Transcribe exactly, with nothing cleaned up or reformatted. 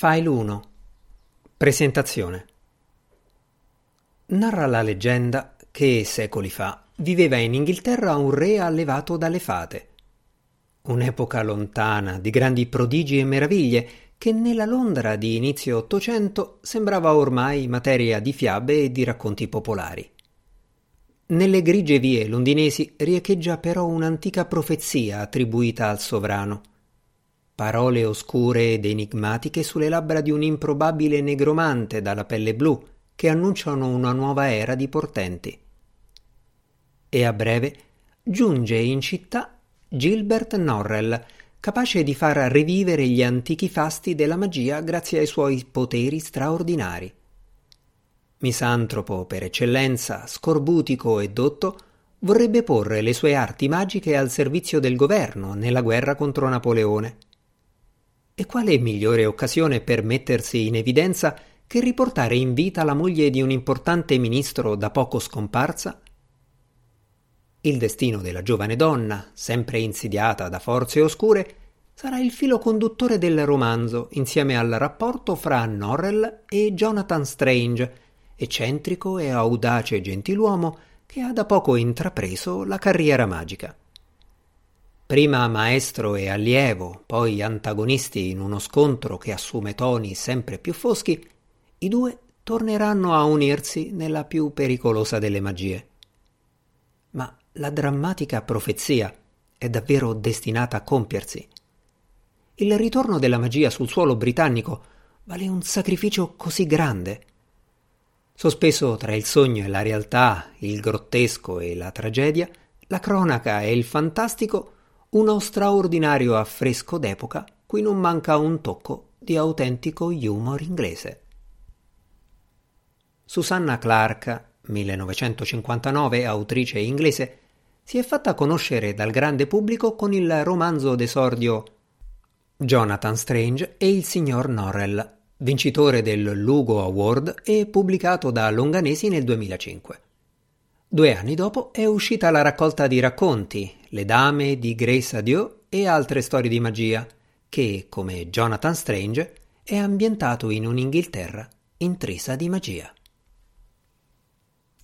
File uno. Presentazione. Narra la leggenda che, secoli fa, viveva in Inghilterra un re allevato dalle fate. Un'epoca lontana, di grandi prodigi e meraviglie, che nella Londra di inizio Ottocento sembrava ormai materia di fiabe e di racconti popolari. Nelle grigie vie londinesi riecheggia però un'antica profezia attribuita al sovrano. Parole oscure ed enigmatiche sulle labbra di un improbabile negromante dalla pelle blu che annunciano una nuova era di portenti. E a breve giunge in città Gilbert Norrell, capace di far rivivere gli antichi fasti della magia grazie ai suoi poteri straordinari. Misantropo per eccellenza, scorbutico e dotto, vorrebbe porre le sue arti magiche al servizio del governo nella guerra contro Napoleone. E quale migliore occasione per mettersi in evidenza che riportare in vita la moglie di un importante ministro da poco scomparsa? Il destino della giovane donna, sempre insidiata da forze oscure, sarà il filo conduttore del romanzo insieme al rapporto fra Norrell e Jonathan Strange, eccentrico e audace gentiluomo che ha da poco intrapreso la carriera magica. Prima maestro e allievo, poi antagonisti in uno scontro che assume toni sempre più foschi, i due torneranno a unirsi nella più pericolosa delle magie. Ma la drammatica profezia è davvero destinata a compiersi. Il ritorno della magia sul suolo britannico vale un sacrificio così grande. Sospeso tra il sogno e la realtà, il grottesco e la tragedia, la cronaca e il fantastico, uno straordinario affresco d'epoca cui non manca un tocco di autentico humor inglese. Susanna Clarke, millenovecentocinquantanove, autrice inglese, si è fatta conoscere dal grande pubblico con il romanzo d'esordio Jonathan Strange e il signor Norrell, vincitore del Lugo Award e pubblicato da Longanesi nel duemilacinque. Due anni dopo è uscita la raccolta di racconti Le dame di Grace Adieu e altre storie di magia, che, come Jonathan Strange, è ambientato in un'Inghilterra intrisa di magia.